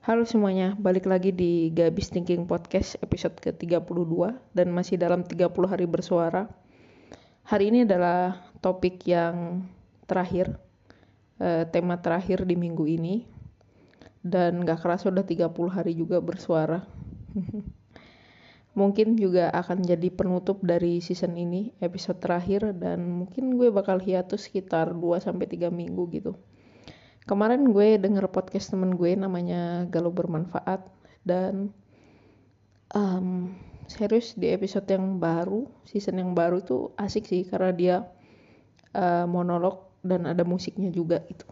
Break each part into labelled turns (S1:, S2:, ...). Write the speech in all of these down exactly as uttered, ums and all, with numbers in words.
S1: Halo semuanya, balik lagi di Gabis Thinking Podcast episode ke tiga puluh dua dan masih dalam tiga puluh hari bersuara. Hari ini adalah topik yang terakhir, eh, tema terakhir di minggu ini. Dan gak kerasa udah tiga puluh hari juga bersuara. Mungkin juga akan jadi penutup dari season ini, episode terakhir. Dan mungkin gue bakal hiatus sekitar dua sampai tiga minggu gitu. Kemarin gue denger podcast temen gue namanya Galau Bermanfaat. Dan um, serius di episode yang baru, season yang baru tuh asik sih. Karena dia uh, monolog dan ada musiknya juga gitu.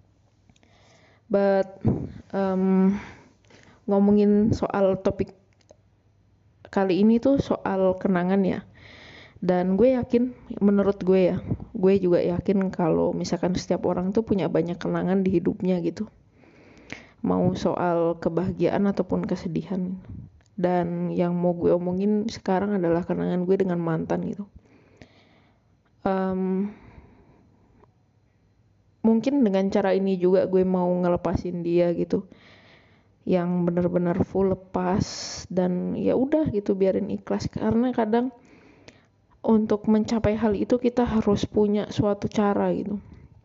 S1: But um, ngomongin soal topik kali ini tuh soal kenangan ya. Dan gue yakin, menurut gue ya, gue juga yakin kalau misalkan setiap orang tuh punya banyak kenangan di hidupnya gitu. Mau soal kebahagiaan ataupun kesedihan. Dan yang mau gue omongin sekarang adalah kenangan gue dengan mantan gitu. Um, mungkin dengan cara ini juga gue mau ngelepasin dia gitu. Yang benar-benar full lepas dan ya udah gitu biarin ikhlas, karena kadang untuk mencapai hal itu kita harus punya suatu cara gitu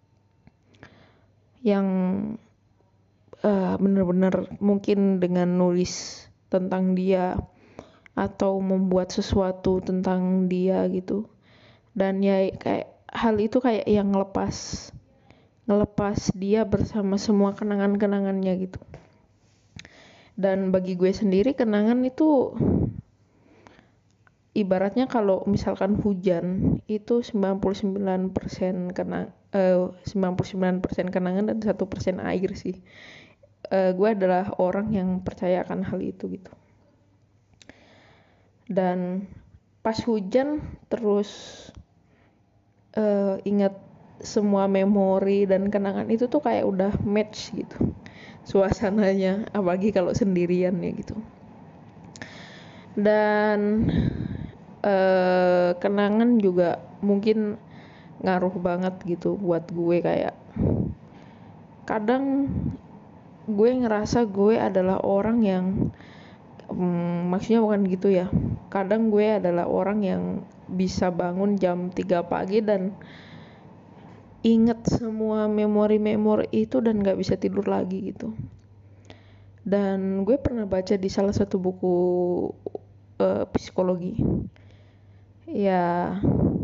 S1: yang uh, benar-benar mungkin dengan nulis tentang dia atau membuat sesuatu tentang dia gitu. Dan ya kayak hal itu kayak yang ngelepas ngelepas dia bersama semua kenangan-kenangannya gitu. Dan bagi gue sendiri kenangan itu ibaratnya kalau misalkan hujan itu sembilan puluh sembilan persen kenang eh, sembilan puluh sembilan persen kenangan dan satu persen air sih. Uh, gue adalah orang yang percaya akan hal itu gitu. Dan pas hujan terus uh, ingat semua memori dan kenangan itu tuh kayak udah match gitu suasananya, apalagi kalau sendirian ya gitu. Dan uh, kenangan juga mungkin ngaruh banget gitu buat gue. Kayak kadang gue ngerasa gue adalah orang yang hmm, maksudnya bukan gitu ya, kadang gue adalah orang yang bisa bangun jam tiga pagi dan inget semua memori-memori itu dan gak bisa tidur lagi gitu. Dan gue pernah baca di salah satu buku uh, psikologi ya,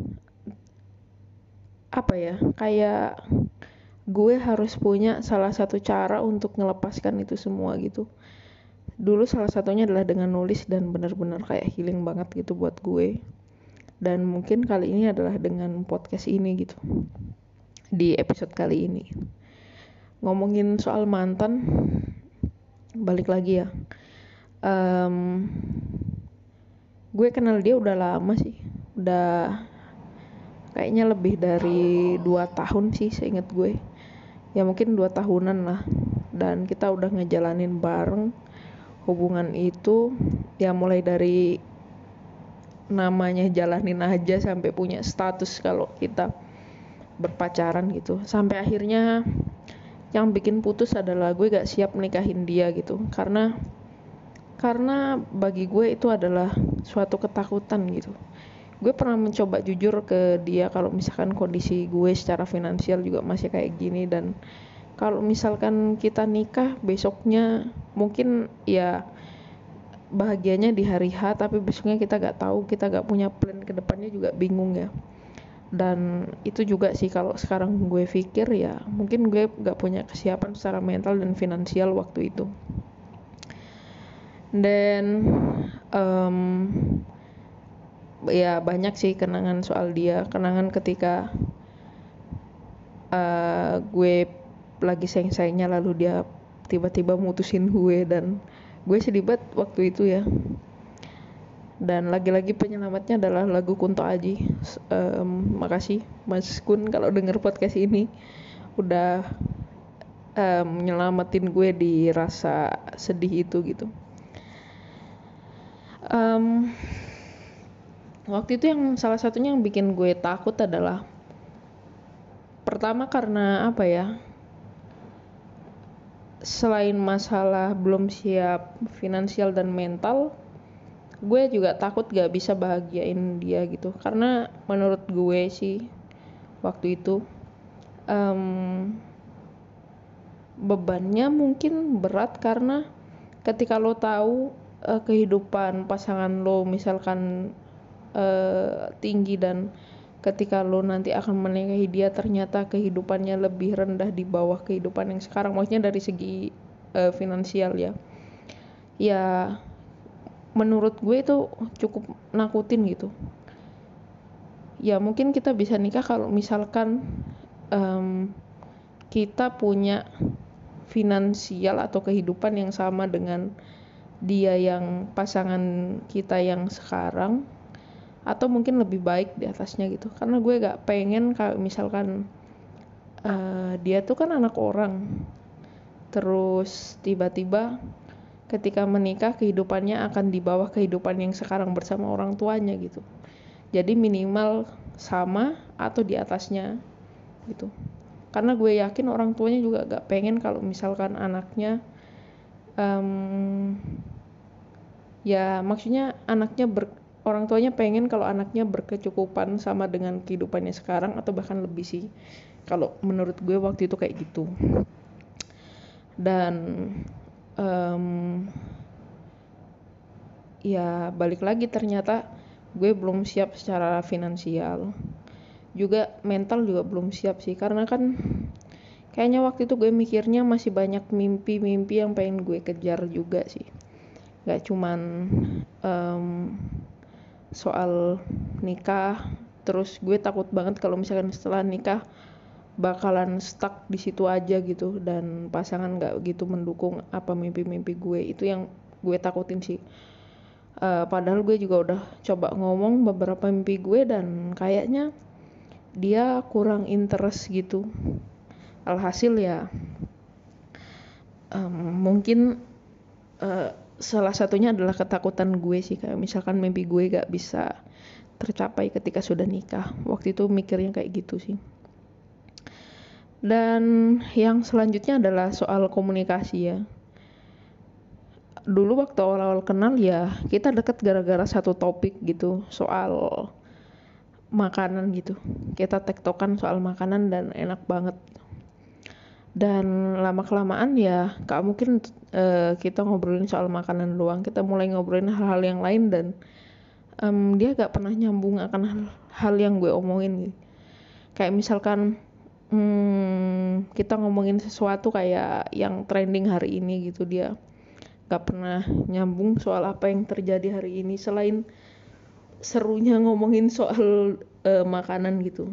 S1: apa ya, kayak gue harus punya salah satu cara untuk melepaskan itu semua gitu. Dulu salah satunya adalah dengan nulis dan benar-benar kayak healing banget gitu buat gue. Dan mungkin kali ini adalah dengan podcast ini gitu. Di episode kali ini. Ngomongin soal mantan, balik lagi ya. Um, gue kenal dia udah lama sih. Udah kayaknya lebih dari dua tahun sih seingat gue. Ya mungkin dua tahunan lah. Dan kita udah ngejalanin bareng hubungan itu, ya mulai dari namanya jalanin aja sampai punya status kalau kita berpacaran gitu. Sampai akhirnya yang bikin putus adalah gue gak siap nikahin dia gitu. Karena karena bagi gue itu adalah suatu ketakutan gitu. Gue pernah mencoba jujur ke dia kalau misalkan kondisi gue secara finansial juga masih kayak gini, dan kalau misalkan kita nikah besoknya mungkin ya bahagianya di hari H, tapi besoknya kita gak tahu, kita gak punya plan ke depannya juga bingung ya. Dan itu juga sih kalau sekarang gue pikir ya mungkin gue gak punya kesiapan secara mental dan finansial waktu itu. Dan um, ya banyak sih kenangan soal dia. Kenangan ketika uh, gue lagi sayang-sayangnya lalu dia tiba-tiba mutusin gue, dan gue sedih banget waktu itu ya. Dan lagi-lagi penyelamatnya adalah lagu Kunto Aji. Um, makasih Mas Kun kalau denger podcast ini udah um, nyelamatin gue di rasa sedih itu gitu. Um, waktu itu yang salah satunya yang bikin gue takut adalah pertama karena apa ya, selain masalah belum siap finansial dan mental, gue juga takut gak bisa bahagiain dia gitu. Karena menurut gue sih waktu itu um, bebannya mungkin berat karena ketika lo tahu uh, kehidupan pasangan lo misalkan uh, tinggi, dan ketika lo nanti akan menikahi dia ternyata kehidupannya lebih rendah di bawah kehidupan yang sekarang, maksudnya dari segi uh, finansial ya ya menurut gue itu cukup nakutin gitu. Ya mungkin kita bisa nikah kalau misalkan um, kita punya finansial atau kehidupan yang sama dengan dia yang pasangan kita yang sekarang, atau mungkin lebih baik di atasnya gitu. Karena gue gak pengen kalau misalkan uh, dia tuh kan anak orang, terus tiba-tiba ketika menikah kehidupannya akan di bawah kehidupan yang sekarang bersama orang tuanya gitu. Jadi minimal sama atau di atasnya gitu. Karena gue yakin orang tuanya juga gak pengen kalau misalkan anaknya um, ya maksudnya anaknya ber, orang tuanya pengen kalau anaknya berkecukupan sama dengan kehidupannya sekarang atau bahkan lebih sih. Kalau menurut gue waktu itu kayak gitu. Dan um, ya balik lagi ternyata gue belum siap secara finansial, juga mental juga belum siap sih, karena kan kayaknya waktu itu gue mikirnya masih banyak mimpi-mimpi yang pengen gue kejar juga sih. Gak cuman um, soal nikah, terus gue takut banget kalau misalkan setelah nikah bakalan stuck di situ aja gitu dan pasangan gak gitu mendukung apa mimpi-mimpi gue. Itu yang gue takutin sih. Uh, padahal gue juga udah coba ngomong beberapa mimpi gue dan kayaknya dia kurang interest gitu. Alhasil ya um, mungkin uh, salah satunya adalah ketakutan gue sih, kayak misalkan mimpi gue gak bisa tercapai ketika sudah nikah. Waktu itu mikirnya kayak gitu sih. Dan yang selanjutnya adalah soal komunikasi ya. Dulu waktu awal-awal kenal ya kita deket gara-gara satu topik gitu, soal makanan gitu. Kita tektokan soal makanan dan enak banget. Dan lama-kelamaan ya gak mungkin uh, kita ngobrolin soal makanan doang, kita mulai ngobrolin hal-hal yang lain dan um, dia gak pernah nyambung akan hal, hal yang gue omongin gitu. Kayak misalkan hmm, kita ngomongin sesuatu kayak yang trending hari ini gitu, dia gak pernah nyambung soal apa yang terjadi hari ini selain serunya ngomongin soal uh, makanan gitu.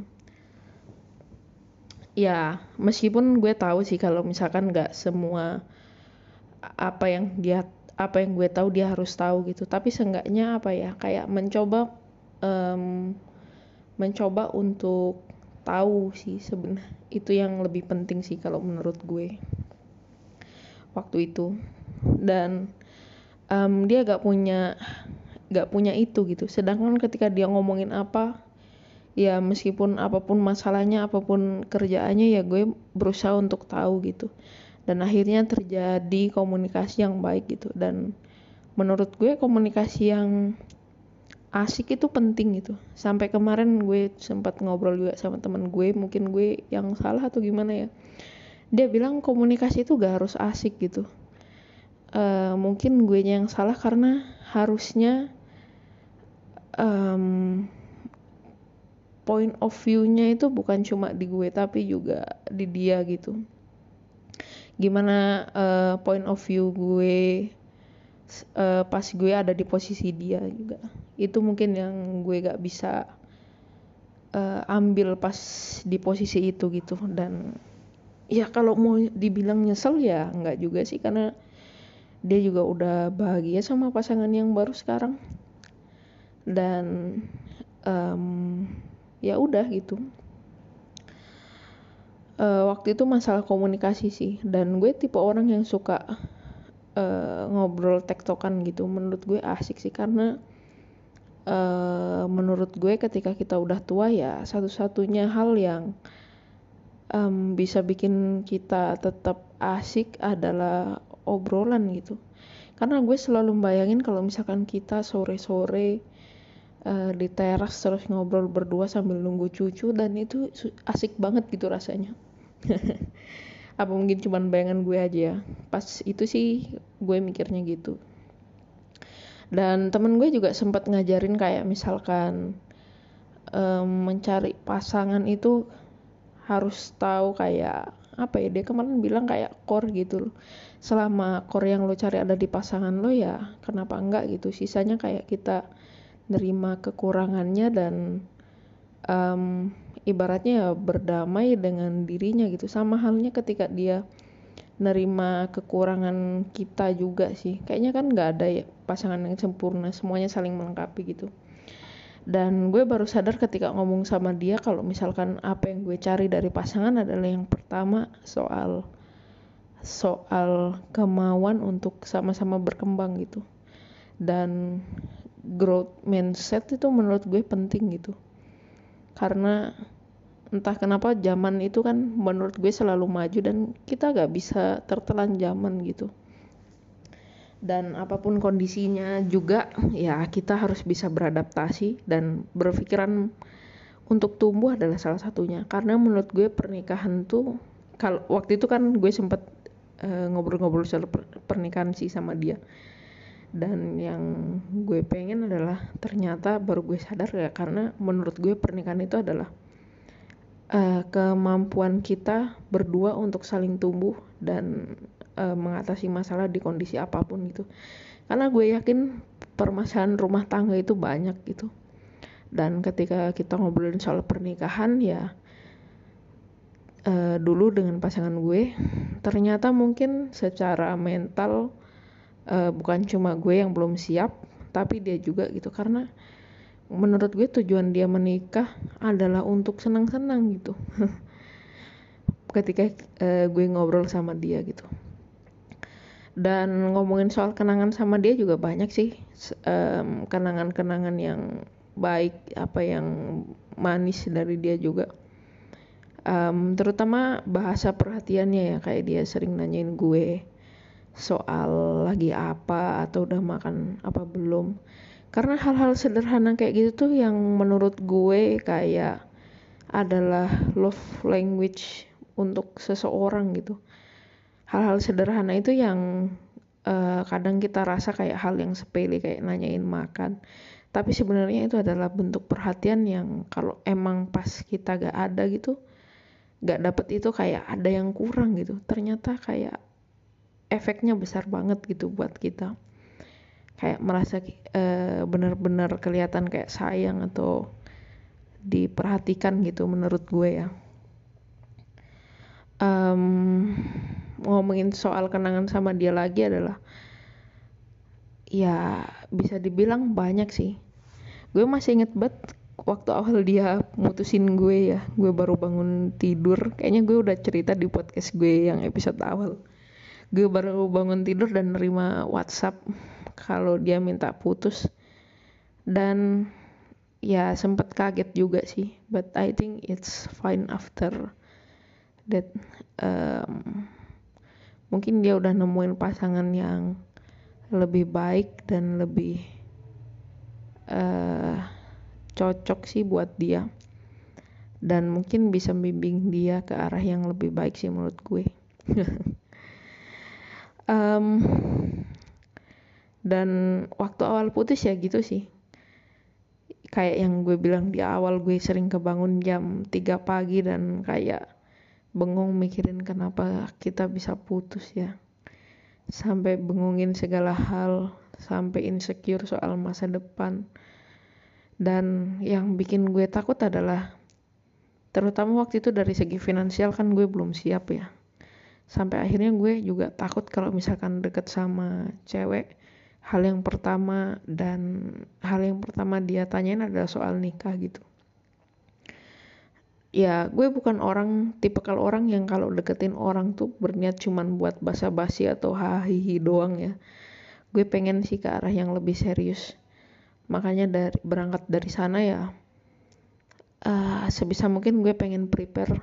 S1: Ya meskipun gue tahu sih kalau misalkan nggak semua apa yang dia apa yang gue tahu dia harus tahu gitu, tapi seenggaknya apa ya, kayak mencoba um, mencoba untuk tahu sih sebenarnya, itu yang lebih penting sih kalau menurut gue waktu itu. Dan um, dia gak punya gak punya itu gitu, sedangkan ketika dia ngomongin apa ya meskipun apapun masalahnya, apapun kerjaannya, ya gue berusaha untuk tahu gitu. Dan akhirnya terjadi komunikasi yang baik gitu. Dan menurut gue komunikasi yang asik itu penting gitu. Sampai kemarin gue sempat ngobrol juga sama teman gue, mungkin gue yang salah atau gimana ya. Dia bilang komunikasi itu gak harus asik gitu. Uh, mungkin gue yang salah karena harusnya um, point of view-nya itu bukan cuma di gue tapi juga di dia gitu. Gimana uh, point of view gue uh, pas gue ada di posisi dia juga. Itu mungkin yang gue gak bisa uh, ambil pas di posisi itu gitu. Dan ya kalau mau dibilang nyesel ya enggak juga sih, karena dia juga udah bahagia sama pasangan yang baru sekarang. Dan um, ya udah gitu. Uh, waktu itu masalah komunikasi sih, dan gue tipe orang yang suka uh, ngobrol tektokan gitu. Menurut gue asik sih, karena uh, menurut gue ketika kita udah tua ya satu-satunya hal yang um, bisa bikin kita tetap asik adalah obrolan gitu. Karena gue selalu bayangin kalau misalkan kita sore-sore uh, di teras terus ngobrol berdua sambil nunggu cucu, dan itu asik banget gitu rasanya. Apa mungkin cuman bayangan gue aja ya. Pas itu sih gue mikirnya gitu. Dan temen gue juga sempat ngajarin kayak misalkan um, mencari pasangan itu harus tahu kayak apa ya, dia kemarin bilang kayak core gitu loh. Selama core yang lo cari ada di pasangan lo, ya kenapa enggak gitu. Sisanya kayak kita nerima kekurangannya dan um, ibaratnya ya berdamai dengan dirinya gitu. Sama halnya ketika dia nerima kekurangan kita juga sih. Kayaknya kan nggak ada ya pasangan yang sempurna, semuanya saling melengkapi gitu. Dan gue baru sadar ketika ngomong sama dia kalau misalkan apa yang gue cari dari pasangan adalah yang pertama soal soal kemauan untuk sama-sama berkembang gitu. Dan growth mindset itu menurut gue penting gitu. Karena entah kenapa zaman itu kan menurut gue selalu maju dan kita gak bisa tertelan zaman gitu. Dan apapun kondisinya juga ya kita harus bisa beradaptasi dan berpikiran untuk tumbuh adalah salah satunya. Karena menurut gue pernikahan tuh, kalau waktu itu kan gue sempet uh, ngobrol-ngobrol soal pernikahan sih sama dia, dan yang gue pengen adalah ternyata baru gue sadar ya, karena menurut gue pernikahan itu adalah uh, kemampuan kita berdua untuk saling tumbuh dan Uh, mengatasi masalah di kondisi apapun gitu. Karena gue yakin permasalahan rumah tangga itu banyak gitu. Dan ketika kita ngobrolin soal pernikahan ya uh, dulu dengan pasangan gue, ternyata mungkin secara mental uh, bukan cuma gue yang belum siap, tapi dia juga gitu. Karena menurut gue tujuan dia menikah adalah untuk senang-senang gitu. Ketika uh, gue ngobrol sama dia gitu. Dan ngomongin soal kenangan sama dia juga banyak sih, um, kenangan-kenangan yang baik, apa yang manis dari dia juga. Um, terutama bahasa perhatiannya ya, kayak dia sering nanyain gue soal lagi apa atau udah makan apa belum. Karena hal-hal sederhana kayak gitu tuh yang menurut gue kayak adalah love language untuk seseorang gitu. Hal-hal sederhana itu yang uh, kadang kita rasa kayak hal yang sepele, kayak nanyain makan, tapi sebenarnya itu adalah bentuk perhatian yang kalau emang pas kita gak ada gitu, gak dapet itu, kayak ada yang kurang gitu. Ternyata kayak efeknya besar banget gitu buat kita, kayak merasa uh, benar-benar kelihatan kayak sayang atau diperhatikan gitu menurut gue ya. Um, ngomongin soal kenangan sama dia lagi adalah ya bisa dibilang banyak sih. Gue masih inget banget waktu awal dia mutusin gue ya, gue baru bangun tidur, kayaknya gue udah cerita di podcast gue yang episode awal. Gue baru bangun tidur dan nerima WhatsApp kalau dia minta putus, dan ya sempet kaget juga sih, but I think it's fine after that. Um, mungkin dia udah nemuin pasangan yang lebih baik dan lebih uh, cocok sih buat dia, dan mungkin bisa bimbing dia ke arah yang lebih baik sih menurut gue. um, dan waktu awal putus ya gitu sih, kayak yang gue bilang di awal, gue sering kebangun jam tiga pagi dan kayak bengong mikirin kenapa kita bisa putus ya, sampai bengongin segala hal, sampai insecure soal masa depan. Dan yang bikin gue takut adalah terutama waktu itu dari segi finansial, kan gue belum siap ya, sampai akhirnya gue juga takut kalau misalkan deket sama cewek, hal yang pertama dan hal yang pertama dia tanyain adalah soal nikah gitu. Ya gue bukan orang, tipikal orang yang kalau deketin orang tuh berniat cuman buat basa-basi atau hahihi doang ya. Gue pengen sih ke arah yang lebih serius. Makanya dari berangkat dari sana ya uh, sebisa mungkin gue pengen prepare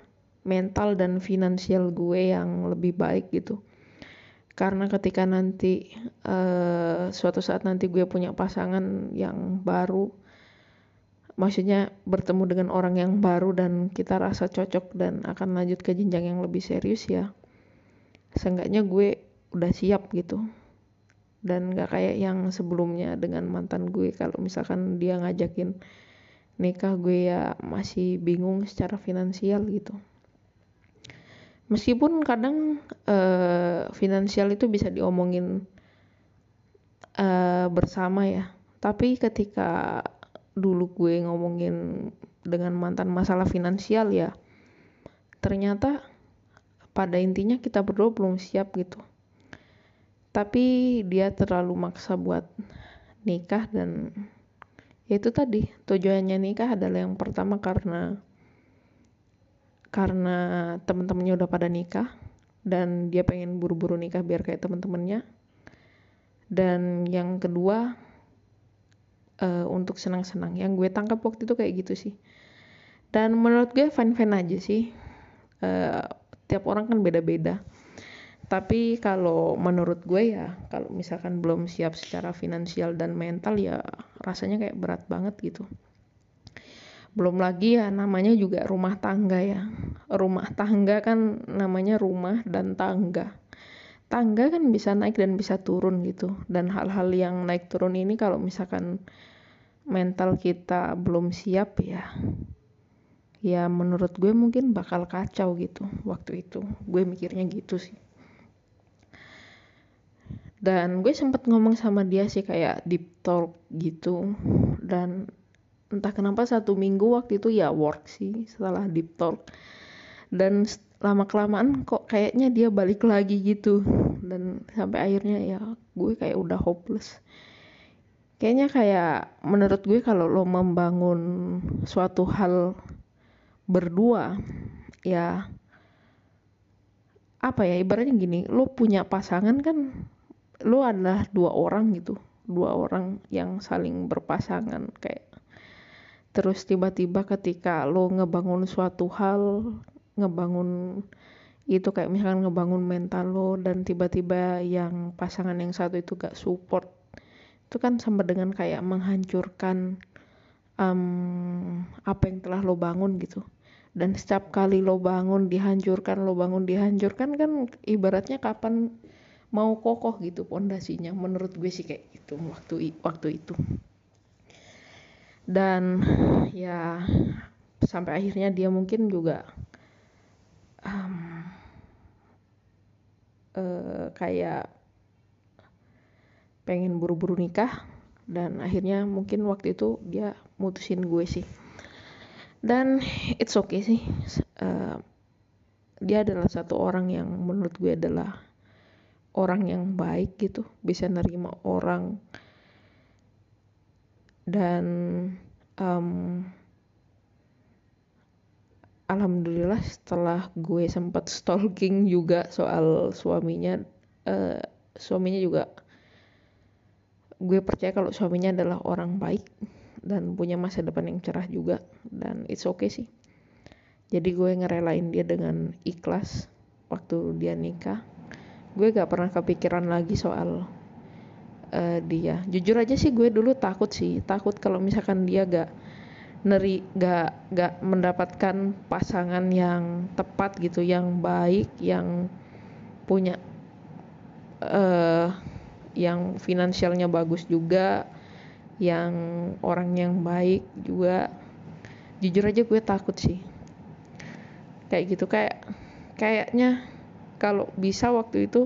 S1: mental dan finansial gue yang lebih baik gitu. Karena ketika nanti uh, suatu saat nanti gue punya pasangan yang baru, maksudnya bertemu dengan orang yang baru dan kita rasa cocok dan akan lanjut ke jenjang yang lebih serius, ya seenggaknya gue udah siap gitu. Dan gak kayak yang sebelumnya dengan mantan gue, kalau misalkan dia ngajakin nikah gue ya masih bingung secara finansial gitu. Meskipun kadang uh, finansial itu bisa diomongin uh, bersama ya, tapi ketika dulu gue ngomongin dengan mantan masalah finansial, ya ternyata pada intinya kita berdua belum siap gitu. Tapi dia terlalu maksa buat nikah, dan ya itu tadi, tujuannya nikah adalah yang pertama karena karena teman-temannya udah pada nikah dan dia pengen buru-buru nikah biar kayak teman-temannya. Dan yang kedua uh, untuk senang-senang. Yang gue tangkap waktu itu kayak gitu sih. Dan menurut gue fine-fine aja sih. Uh, tiap orang kan beda-beda. Tapi kalau menurut gue ya, kalau misalkan belum siap secara finansial dan mental, ya rasanya kayak berat banget gitu. Belum lagi ya namanya juga rumah tangga ya. Rumah tangga kan namanya rumah dan tangga. Tangga kan bisa naik dan bisa turun gitu. Dan hal-hal yang naik turun ini kalau misalkan mental kita belum siap, ya ya menurut gue mungkin bakal kacau gitu waktu itu. Gue mikirnya gitu sih. Dan gue sempet ngomong sama dia sih kayak deep talk gitu. Dan entah kenapa satu minggu waktu itu ya work sih setelah deep talk. Dan lama kelamaan kok kayaknya dia balik lagi gitu. Dan sampai akhirnya ya gue kayak udah hopeless. Kayaknya kayak menurut gue kalau lo membangun suatu hal berdua, ya apa ya, ibaratnya gini, lo punya pasangan kan, lo adalah dua orang gitu, dua orang yang saling berpasangan kayak. Terus tiba-tiba ketika lo ngebangun suatu hal, ngebangun itu kayak misalkan ngebangun mental lo, dan tiba-tiba yang pasangan yang satu itu gak support, itu kan sama dengan kayak menghancurkan um, apa yang telah lo bangun gitu. Dan setiap kali lo bangun dihancurkan, lo bangun dihancurkan, kan ibaratnya kapan mau kokoh gitu pondasinya. Menurut gue sih kayak gitu waktu waktu itu. Dan ya sampai akhirnya dia mungkin juga um, uh, kayak pengen buru-buru nikah, dan akhirnya mungkin waktu itu dia mutusin gue sih. Dan it's okay sih. Uh, dia adalah satu orang yang menurut gue adalah orang yang baik gitu, bisa nerima orang. Dan um, alhamdulillah setelah gue sempat stalking juga soal suaminya, uh, suaminya juga gue percaya kalau suaminya adalah orang baik dan punya masa depan yang cerah juga. Dan it's okay sih. Jadi gue ngerelain dia dengan ikhlas waktu dia nikah. Gue gak pernah kepikiran lagi soal uh, dia. Jujur aja sih gue dulu takut sih, takut kalau misalkan dia gak neri, gak gak mendapatkan pasangan yang tepat gitu, yang baik, yang punya uh, yang finansialnya bagus juga, yang orang yang baik juga. Jujur aja gue takut sih kayak gitu. Kayak kayaknya kalau bisa waktu itu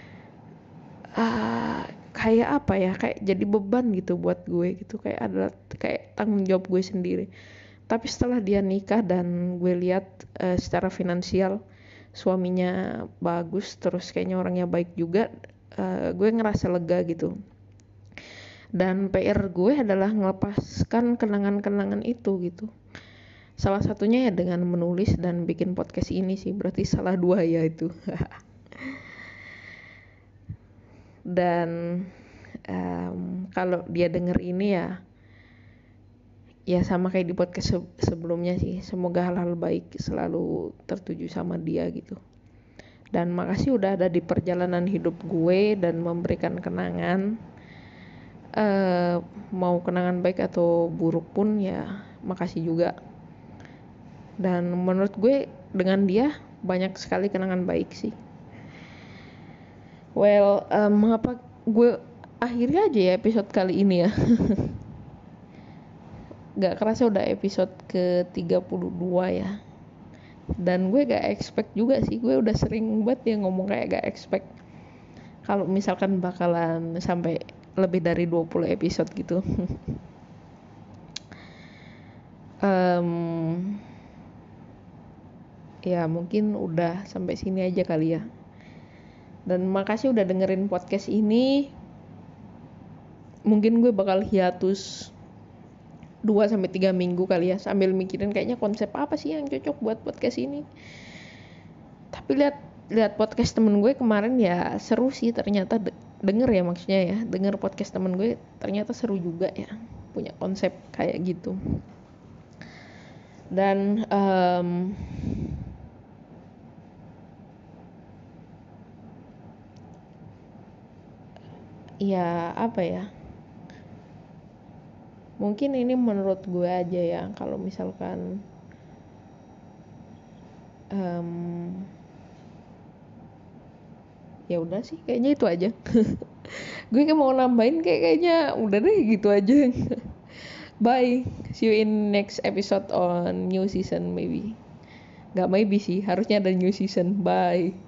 S1: uh, kayak apa ya, kayak jadi beban gitu buat gue gitu, kayak adalah kayak tanggung jawab gue sendiri. Tapi setelah dia nikah dan gue lihat uh, secara finansial suaminya bagus, terus kayaknya orangnya baik juga, uh, gue ngerasa lega gitu. Dan P R gue adalah melepaskan kenangan-kenangan itu gitu. Salah satunya ya dengan menulis dan bikin podcast ini sih. Berarti salah dua ya itu. Dan um, kalau dia denger ini ya, ya sama kayak di podcast se- sebelumnya sih, semoga hal-hal baik selalu tertuju sama dia gitu. Dan makasih udah ada di perjalanan hidup gue dan memberikan kenangan, uh, mau kenangan baik atau buruk pun ya makasih juga. Dan menurut gue dengan dia banyak sekali kenangan baik sih. Well, um, mengapa gue akhirnya aja ya episode kali ini ya. Gak kerasa udah episode ke tiga puluh dua ya. Dan gue gak expect juga sih, gue udah sering banget ya ngomong kayak gak expect kalau misalkan bakalan sampai lebih dari dua puluh episode gitu. um, ya mungkin udah sampai sini aja kali ya. Dan makasih udah dengerin podcast ini. Mungkin gue bakal hiatus dua sampai tiga minggu kali ya, sambil mikirin kayaknya konsep apa sih yang cocok buat podcast ini. Tapi lihat lihat podcast temen gue kemarin ya seru sih ternyata, de- denger ya maksudnya ya, denger podcast temen gue ternyata seru juga ya, punya konsep kayak gitu. Dan um, ya apa ya, mungkin ini menurut gue aja ya, kalau misalkan um, ya udah sih kayaknya itu aja. Gue kayak mau nambahin kayak kayaknya udah deh gitu aja. Bye, see you in next episode on new season maybe. Gak maybe sih, harusnya ada new season. Bye.